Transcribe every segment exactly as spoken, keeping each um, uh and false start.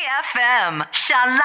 エフエム Shalala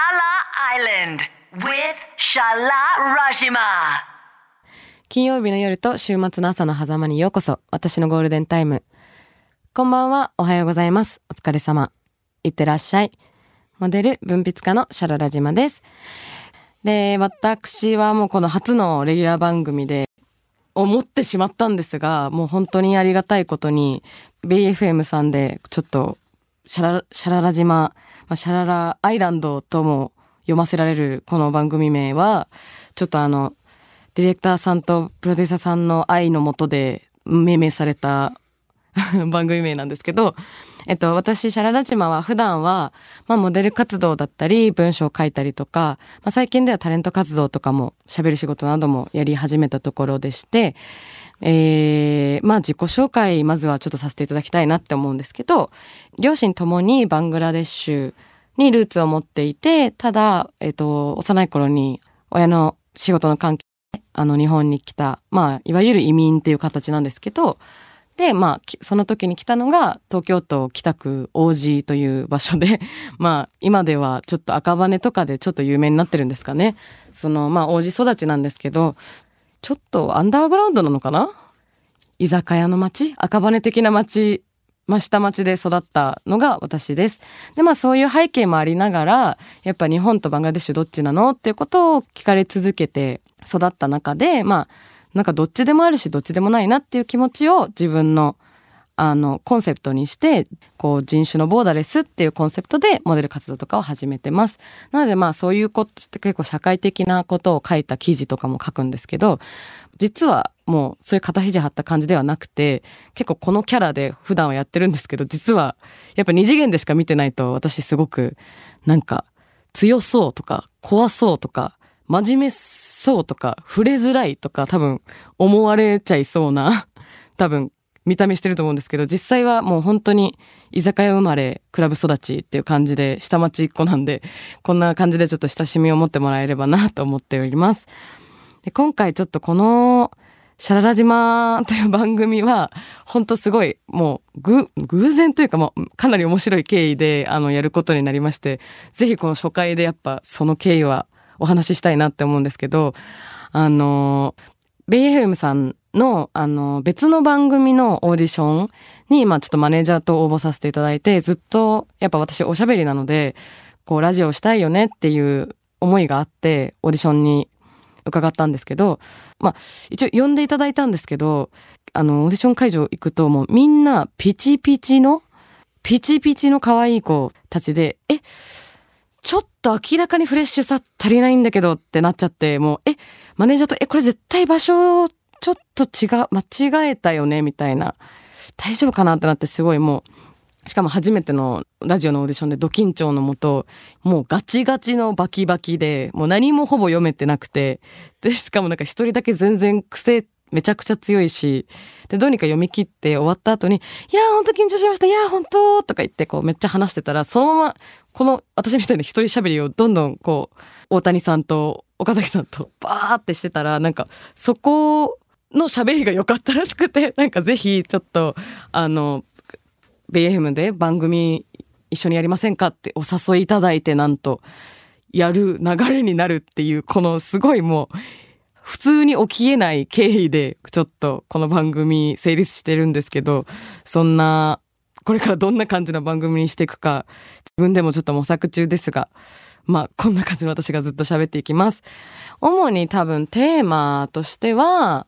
Island with Shala Rajima。 金曜日の夜と週末の朝の狭間にようこそ。私のゴールデンタイム。こんばんは、おはようございます。お疲れ様。いってらっしゃい。モデル文筆家のシャララジマです。で、私はもうこの初のレギュラー番組で思ってしまったんですが、もう本当にありがたいことにベイ エフエム さんでちょっとシャラシャララ島、まあ、シャララアイランドとも読ませられるこの番組名はちょっとあのディレクターさんとプロデューサーさんの愛のもとで命名された番組名なんですけど、えっと私シャララ島は普段はまあモデル活動だったり文章を書いたりとか、まあ、最近ではタレント活動とかも喋る仕事などもやり始めたところでして、えー、まあ自己紹介まずはちょっとさせていただきたいなって思うんですけど、両親ともにバングラデシュにルーツを持っていて、ただ、えっと、幼い頃に親の仕事の関係であの日本に来た、まあいわゆる移民っていう形なんですけど、でまあその時に来たのが東京都北区王子という場所でまあ今ではちょっと赤羽とかでちょっと有名になってるんですかね。そのまあ王子育ちなんですけど、ちょっとアンダーグラウンドなのかな、居酒屋の街、赤羽的な街、まあ、下町で育ったのが私です。でまあそういう背景もありながら、やっぱ日本とバングラデシュどっちなのっていうことを聞かれ続けて育った中で、まあなんかどっちでもあるしどっちでもないなっていう気持ちを自分のあのコンセプトにして、こう人種のボーダレスっていうコンセプトでモデル活動とかを始めてます。なのでまあそういうことって結構社会的なことを書いた記事とかも書くんですけど、実はもうそういう肩肘張った感じではなくて、結構このキャラで普段はやってるんですけど、実はやっぱ二次元でしか見てないと私すごくなんか強そうとか怖そうとか真面目そうとか触れづらいとか多分思われちゃいそうな多分見た目してると思うんですけど、実際はもう本当に居酒屋生まれクラブ育ちっていう感じで下町一個なんで、こんな感じでちょっと親しみを持ってもらえればなと思っております。で今回ちょっとこのシャララ島という番組は本当すごいもうぐ偶然というかもうかなり面白い経緯であのやることになりまして、ぜひこの初回でやっぱその経緯はお話ししたいなって思うんですけど、あのベイ エフエム さんのあの別の番組のオーディションにまあちょっとマネージャーと応募させていただいて、ずっとやっぱ私おしゃべりなのでこうラジオしたいよねっていう思いがあってオーディションに伺ったんですけど、まあ一応呼んでいただいたんですけど、あのオーディション会場行くともうみんなピチピチのピチピチの可愛い子たちで、えちょっと明らかにフレッシュさ足りないんだけどってなっちゃって、もうえマネージャーとえこれ絶対場所ちょっと違う間違えたよねみたいな、大丈夫かなってなって、すごいもうしかも初めてのラジオのオーディションでド緊張のもと、もうガチガチのバキバキでもう何もほぼ読めてなくて、でしかもなんか一人だけ全然癖めちゃくちゃ強いし、でどうにか読み切って終わった後にいやー本当緊張しました、いやー本当とか言ってこうめっちゃ話してたら、そのままこの私みたいな一人喋りをどんどんこう大谷さんと岡崎さんとバーってしてたら、なんかそこの喋りが良かったらしくて、なんかぜひちょっとあのベイ エフエム で番組一緒にやりませんかってお誘いいただいて、なんとやる流れになるっていう、このすごいもう普通に起きえない経緯でちょっとこの番組成立してるんですけど、そんなこれからどんな感じの番組にしていくか自分でもちょっと模索中ですが、まあこんな感じの私がずっと喋っていきます。主に多分テーマとしては、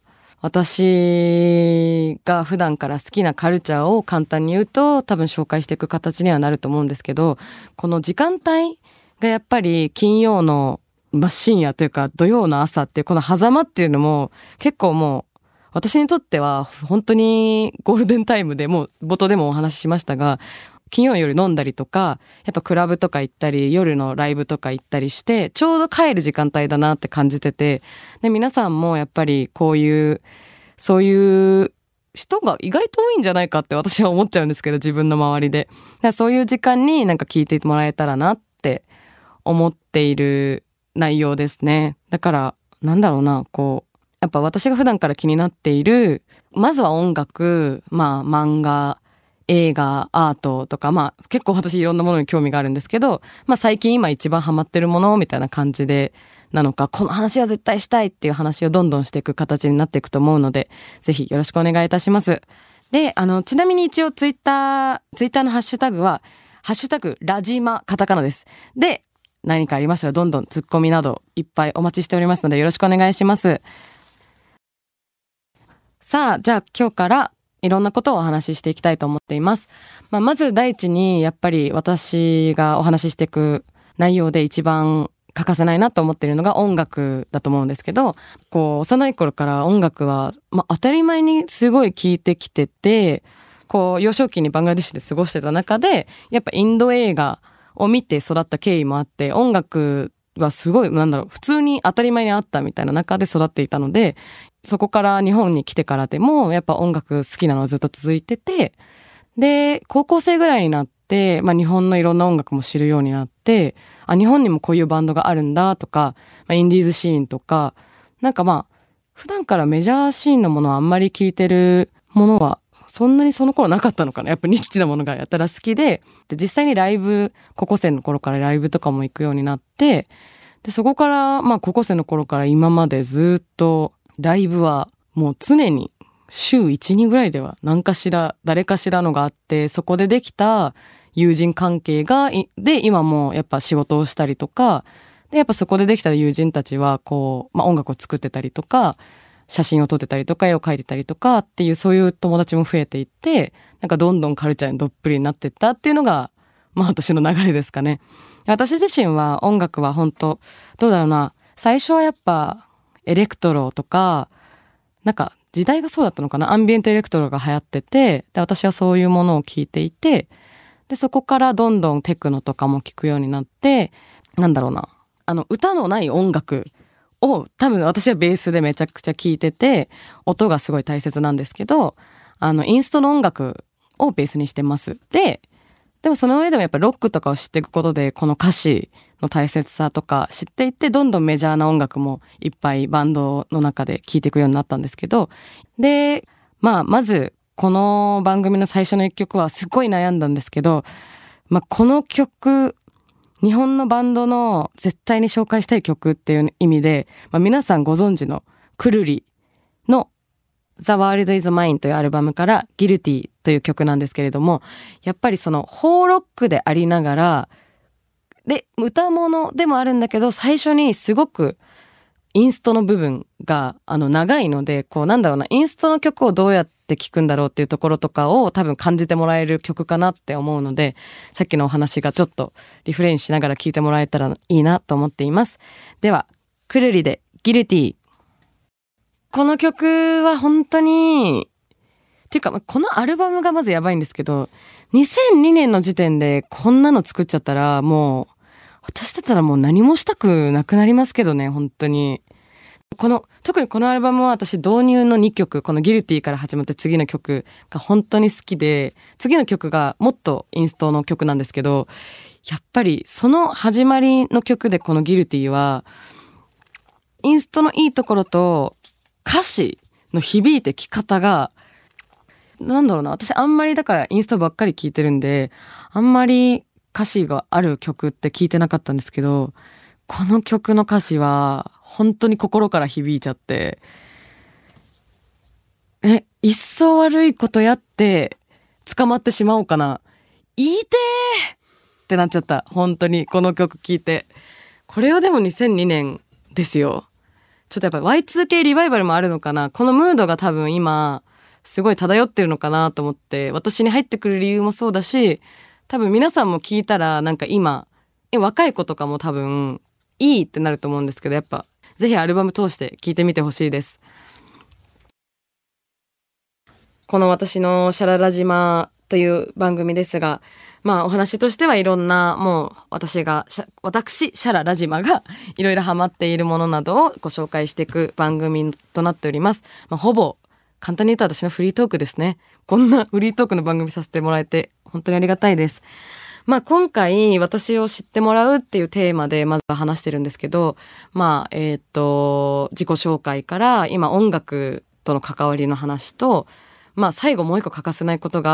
私が普段から好きなカルチャーを簡単に言うと多分紹介していく形にはなると思うんですけど、この時間帯がやっぱり金曜の、まあ、深夜というか土曜の朝っていうこの狭間っていうのも結構もう私にとっては本当にゴールデンタイムで、もう冒頭でもお話ししましたが、金曜夜飲んだりとかやっぱクラブとか行ったり夜のライブとか行ったりしてちょうど帰る時間帯だなって感じてて、で皆さんもやっぱりこういうそういう人が意外と多いんじゃないかって私は思っちゃうんですけど、自分の周りで。だからそういう時間になんか聞いてもらえたらなって思っている内容ですね。だからなんだろうな、こうやっぱ私が普段から気になっている、まずは音楽、まあ漫画、 映画、アートとか、まあ結構私いろんなものに興味があるんですけど、まあ最近今一番ハマってるものみたいな感じで、なのか、この話は絶対したいっていう話をどんどんしていく形になっていくと思うので、ぜひよろしくお願いいたします。で、あの、ちなみに一応ツイッター、ツイッターのハッシュタグは、ハッシュタグラジマカタカナです。で、何かありましたらどんどんツッコミなどいっぱいお待ちしておりますのでよろしくお願いします。さあ、じゃあ今日からいろんなことをお話ししていきたいと思っています。まあ、まず第一にやっぱり私がお話ししていく内容で一番欠かせないなと思っているのが音楽だと思うんですけど、こう幼い頃から音楽は、まあ、当たり前にすごい聴いてきてて、こう幼少期にバングラデシュで過ごしてた中でやっぱインド映画を見て育った経緯もあって、音楽はすごいなんだろう普通に当たり前にあったみたいな中で育っていたので、そこから日本に来てからでもやっぱ音楽好きなのはずっと続いてて、で高校生ぐらいになって、まあ、日本のいろんな音楽も知るようになって、あ日本にもこういうバンドがあるんだとか、まあ、インディーズシーンとか、なんかまあ普段からメジャーシーンのものはあんまり聞いてるものはそんなにその頃なかったのかな。やっぱニッチなものがやたら好きで、で実際にライブ、高校生の頃からライブとかも行くようになって、でそこからまあ高校生の頃から今までずっとライブはもう常に週いち、にぐらいでは何かしら誰かしらのがあって、そこでできた友人関係がで今もやっぱ仕事をしたりとかで、やっぱそこでできた友人たちはこう、まあ、音楽を作ってたりとか写真を撮ってたりとか絵を描いてたりとかっていう、そういう友達も増えていって、なんかどんどんカルチャーにどっぷりになっていったっていうのがまあ私の流れですかね。私自身は音楽は本当どうだろうな、最初はやっぱエレクトロとか、なんか時代がそうだったのかな、アンビエントエレクトロが流行ってて、で私はそういうものを聞いていて、でそこからどんどんテクノとかも聞くようになって、なんだろうな、あの歌のない音楽を多分私はベースでめちゃくちゃ聞いてて、音がすごい大切なんですけど、あのインストの音楽をベースにしてます。ででもその上でもやっぱロックとかを知っていくことで、この歌詞の大切さとか知っていって、どんどんメジャーな音楽もいっぱいバンドの中で聴いていくようになったんですけど、でまあまずこの番組の最初の一曲はすごい悩んだんですけど、まあこの曲日本のバンドの絶対に紹介したい曲っていう意味で、まあ、皆さんご存知のくるりの The World is Mine というアルバムからGuiltyという曲なんですけれども、やっぱりそのホーロックでありながらで歌物でもあるんだけど、最初にすごくインストの部分があの長いので、こうなんだろうな、インストの曲をどうやって聴くんだろうっていうところとかを多分感じてもらえる曲かなって思うので、さっきのお話がちょっとリフレインしながら聴いてもらえたらいいなと思っています。ではくるりでギルティ。この曲は本当にっていうか、このアルバムがまずやばいんですけど、にせんにねんの時点でこんなの作っちゃったら、もう私だったらもう何もしたくなくなりますけどね、本当に。この特にこのアルバムは私導入のにきょく、このギルティから始まって次の曲が本当に好きで、次の曲がもっとインストの曲なんですけど、やっぱりその始まりの曲でこのギルティはインストのいいところと歌詞の響いてき方がなんだろうな、私あんまりだからインストばっかり聞いてるんで、あんまり歌詞がある曲って聞いてなかったんですけど、この曲の歌詞は本当に心から響いちゃって、え、いっそ悪いことやって捕まってしまおうかな、言いてーってなっちゃった。本当にこの曲聞いて。これはでもにせんにねんですよ。ちょっとやっぱ ワイツーケー リバイバルもあるのかな、このムードが多分今すごい漂ってるのかなと思って、私に入ってくる理由もそうだし、多分皆さんも聞いたらなんか今え若い子とかも多分いいってなると思うんですけど、やっぱぜひアルバム通して聞いてみてほしいです。この私のシャララ島という番組ですが、まあお話としてはいろんな、もう私が私シャララ島がいろいろハマっているものなどをご紹介していく番組となっております。まあ、ほぼ簡単に言うと私のフリートークですね。こんなフリートークの番組させてもらえて本当にありがたいです。まあ今回私を知ってもらうっていうテーマでまずは話してるんですけど、まあえっと自己紹介から今音楽との関わりの話と、まあ最後もう一個欠かせないことが、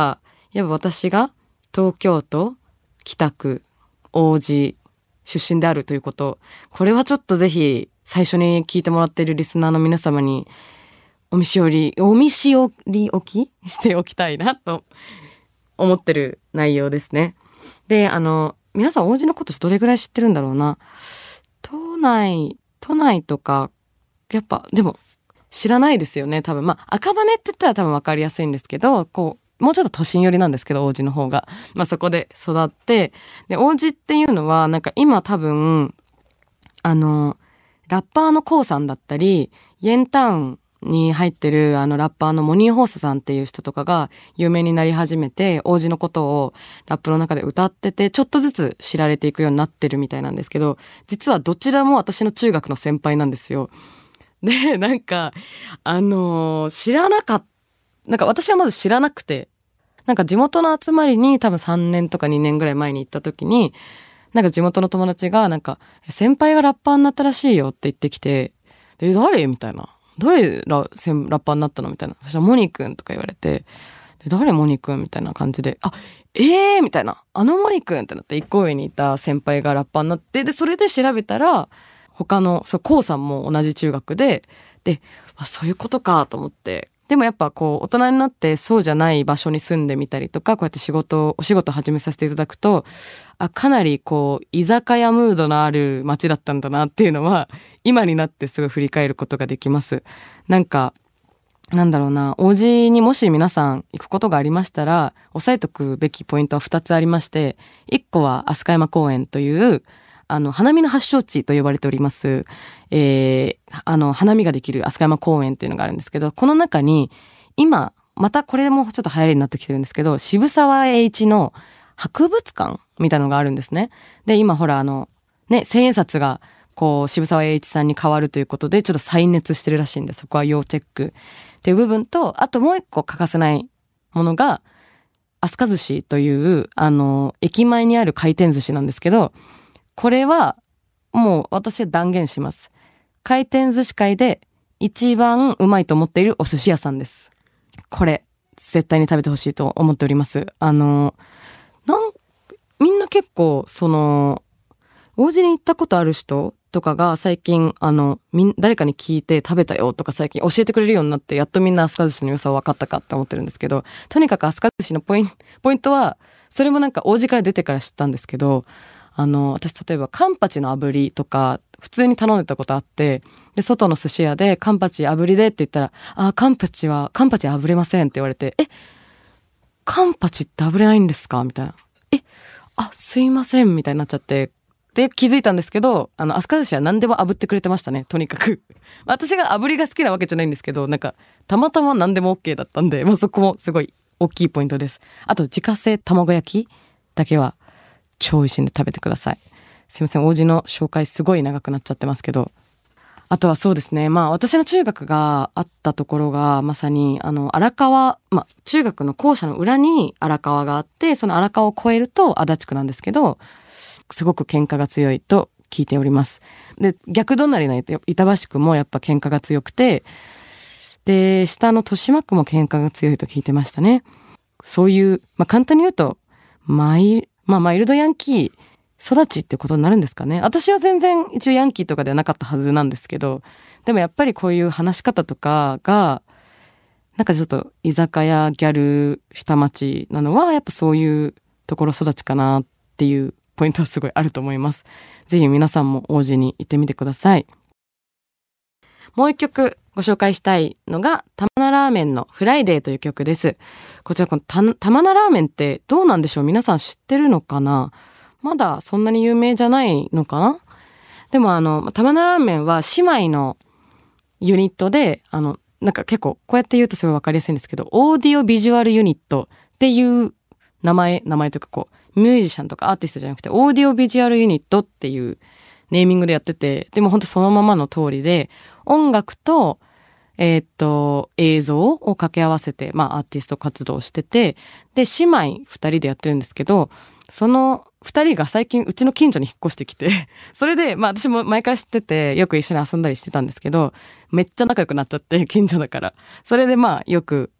やっぱ私が東京都北区王子出身であるということ、これはちょっとぜひ最初に聞いてもらっているリスナーの皆様にお見しおり、お見しおり置きしておきたいなと思ってる内容ですね。で、あの、皆さん王子のことどれぐらい知ってるんだろうな。都内、都内とか、やっぱ、でも知らないですよね、多分。まあ、赤羽って言ったら多分分かりやすいんですけど、こう、もうちょっと都心寄りなんですけど、王子の方が。まあ、そこで育って、で、王子っていうのは、なんか今多分、あの、ラッパーのコウさんだったり、イエンタウンに入ってるあのラッパーのモニーホースさんっていう人とかが有名になり始めて、王子のことをラップの中で歌ってて、ちょっとずつ知られていくようになってるみたいなんですけど、実はどちらも私の中学の先輩なんですよ。で、なんか、あのー、知らなかった、なんか私はまず知らなくて、なんか地元の集まりに多分さんねんとかにねんぐらい前に行った時に、なんか地元の友達がなんか、先輩がラッパーになったらしいよって言ってきて、で、誰みたいな。誰ラ、ラッパーになったのみたいな。そしたらモニ君とか言われて、で、誰モニ君みたいな感じで、あ、えーみたいな。あのモニ君ってなって、一個上にいた先輩がラッパーになって、で、それで調べたら、他の、そう、コウさんも同じ中学で、で、あ、そういうことかと思って。でもやっぱこう、大人になってそうじゃない場所に住んでみたりとか、こうやって仕事、お仕事始めさせていただくと、あ、かなりこう、居酒屋ムードのある街だったんだなっていうのは、今になってすごい振り返ることができます。なんか、なんだろうな、王子にもし皆さん行くことがありましたら、押さえとくべきポイントはふたつありまして、いっこは飛鳥山公園という、あの、花見の発祥地と呼ばれております、えー、あの、花見ができる飛鳥山公園というのがあるんですけど、この中に、今、またこれもちょっと流行りになってきてるんですけど、渋沢栄一の博物館みたいなのがあるんですね。で、今ほら、あの、ね、千円札が、こう、渋沢栄一さんに変わるということで、ちょっと再熱してるらしいんで、そこは要チェックっていう部分と、あともう一個欠かせないものが、飛鳥寿司という、あの、駅前にある回転寿司なんですけど、これはもう私は断言します。回転寿司界で一番うまいと思っているお寿司屋さんです。これ絶対に食べてほしいと思っております。あのなんみんな結構その王子に行ったことある人とかが最近あのみん誰かに聞いて食べたよとか最近教えてくれるようになって、やっとみんな飛鳥寿司の良さを分かったかって思ってるんですけど、とにかく飛鳥寿司のポイン、ポイントはそれもなんか王子から出てから知ったんですけど、あの、私例えばカンパチの炙りとか普通に頼んでたことあって、で、外の寿司屋でカンパチ炙りでって言ったら、あ、カンパチは、カンパチ炙れませんって言われて、え、カンパチって炙れないんですかみたいな。え、あ、すいませんみたいになっちゃって、で、気づいたんですけど、あの、飛鳥寿司は何でも炙ってくれてましたね、とにかく。私が炙りが好きなわけじゃないんですけど、なんか、たまたま何でも OK だったんで、まあ、そこもすごい大きいポイントです。あと、自家製卵焼きだけは、超美味しいんで食べてください。すいません、王子の紹介すごい長くなっちゃってますけど、あとはそうですね、まあ私の中学があったところがまさにあの荒川、まあ中学の校舎の裏に荒川があって、その荒川を越えると足立区なんですけど、すごく喧嘩が強いと聞いております。で、逆隣の板橋区もやっぱ喧嘩が強くて、で下の豊島区も喧嘩が強いと聞いてましたね。そういう、まあ簡単に言うとマイまあマイルドヤンキー育ちってことになるんですかね。私は全然一応ヤンキーとかではなかったはずなんですけど、でもやっぱりこういう話し方とかがなんかちょっと居酒屋ギャル下町なのはやっぱそういうところ育ちかなっていうポイントはすごいあると思います。ぜひ皆さんも王子に行ってみてください。もう一曲ご紹介したいのが玉名ラーメンのフライデーという曲です。こちらこのた玉名ラーメンってどうなんでしょう。皆さん知ってるのかな。まだそんなに有名じゃないのかな。でもあの玉名ラーメンは姉妹のユニットで、あのなんか結構こうやって言うとすごいわかりやすいんですけど、オーディオビジュアルユニットっていう名前名前というかこうミュージシャンとかアーティストじゃなくてオーディオビジュアルユニットっていうネーミングでやってて、でも本当そのままの通りで音楽とえーっと映像を掛け合わせて、まあアーティスト活動をしてて、で姉妹二人でやってるんですけど、その二人が最近うちの近所に引っ越してきて、それでまあ私も前から知っててよく一緒に遊んだりしてたんですけど、めっちゃ仲良くなっちゃって、近所だから、それでまあよく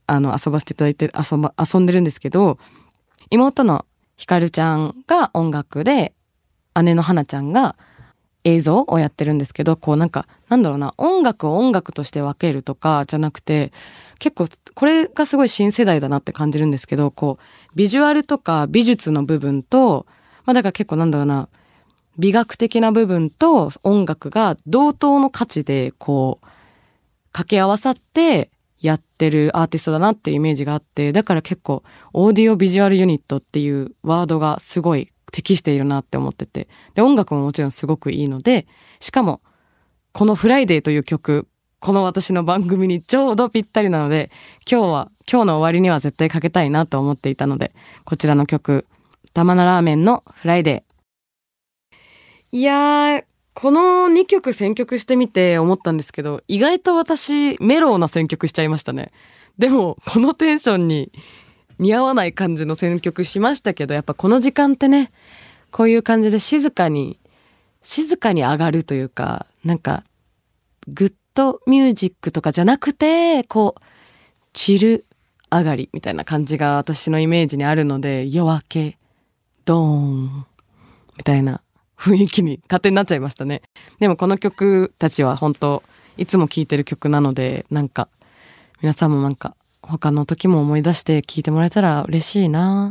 あの遊ばせていただいて遊ば遊んでるんですけど、妹のひかるちゃんが音楽で、姉のはなちゃんが映像をやってるんですけど、こうなんかなんだろうな、音楽を音楽として分けるとかじゃなくて、結構これがすごい新世代だなって感じるんですけど、こうビジュアルとか美術の部分と、まあだから結構なんだろうな、美学的な部分と音楽が同等の価値でこう掛け合わさってやってるアーティストだなっていうイメージがあって、だから結構オーディオビジュアルユニットっていうワードがすごい適しているなって思ってて、で音楽ももちろんすごくいいので、しかもこのフライデーという曲、この私の番組にちょうどぴったりなので、今日は今日の終わりには絶対かけたいなと思っていたので、こちらの曲、玉名ラーメンのフライデー。いやー、このにきょく選曲してみて思ったんですけど、意外と私メローな選曲しちゃいましたね。でもこのテンションに似合わない感じの選曲しましたけど、やっぱこの時間ってね、こういう感じで静かに静かに上がるというか、なんかグッドミュージックとかじゃなくて、こうチル上がりみたいな感じが私のイメージにあるので、夜明けドーンみたいな雰囲気に勝手になっちゃいましたね。でもこの曲たちは本当いつも聴いてる曲なので、なんか皆さんもなんか他の時も思い出して聴いてもらえたら嬉しいな。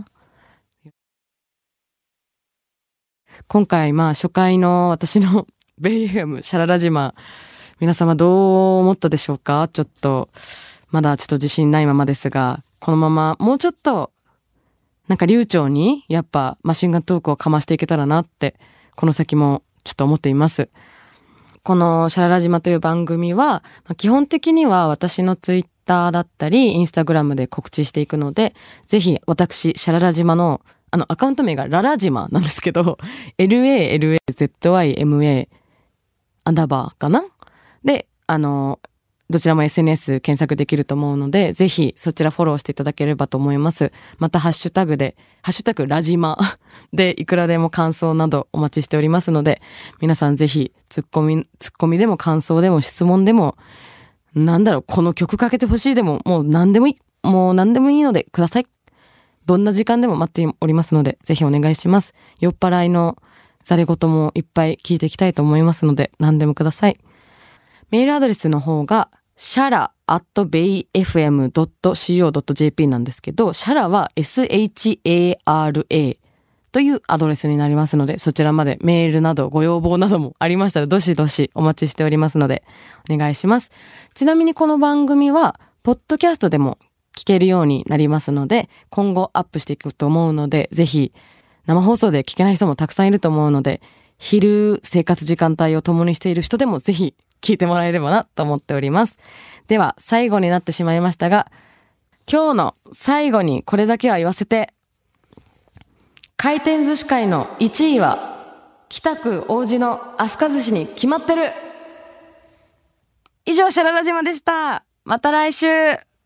今回まあ初回の私のベイエフエムシャララ島、皆様どう思ったでしょうか。ちょっとまだちょっと自信ないままですが、このままもうちょっとなんか流暢にやっぱマシンガントークをかましていけたらなってこの先もちょっと思っています。このシャララ島という番組は基本的には私のツイッターだったりインスタグラムで告知していくので、ぜひ私シャララ島のあのアカウント名がララ島なんですけど エルエーエルエーゼットワイエムエー アンダーバーかなで、あのどちらも エスエヌエス 検索できると思うので、ぜひそちらフォローしていただければと思います。またハッシュタグで、ハッシュタグラジマでいくらでも感想などお待ちしておりますので、皆さんぜひツッコミ、ツッコミでも感想でも質問でも、なんだろう、この曲かけてほしいでも、もう何でもいい、もう何でもいいのでください。どんな時間でも待っておりますので、ぜひお願いします。酔っ払いのざれ言もいっぱい聞いていきたいと思いますので、何でもください。メールアドレスの方がシャラアットベイエフエムドットシーオードットジェーピー なんですけど、シャラは エスエイチエーアールエー というアドレスになりますので、そちらまでメールなどご要望などもありましたらどしどしお待ちしておりますのでお願いします。ちなみにこの番組はポッドキャストでも聞けるようになりますので、今後アップしていくと思うので、ぜひ生放送で聞けない人もたくさんいると思うので、昼生活時間帯を共にしている人でもぜひ聞いてもらえればなと思っております。では最後になってしまいましたが、今日の最後にこれだけは言わせて、回転寿司界のいちいは北区王子の飛鳥寿司に決まってる。以上シャララ島でした。また来週。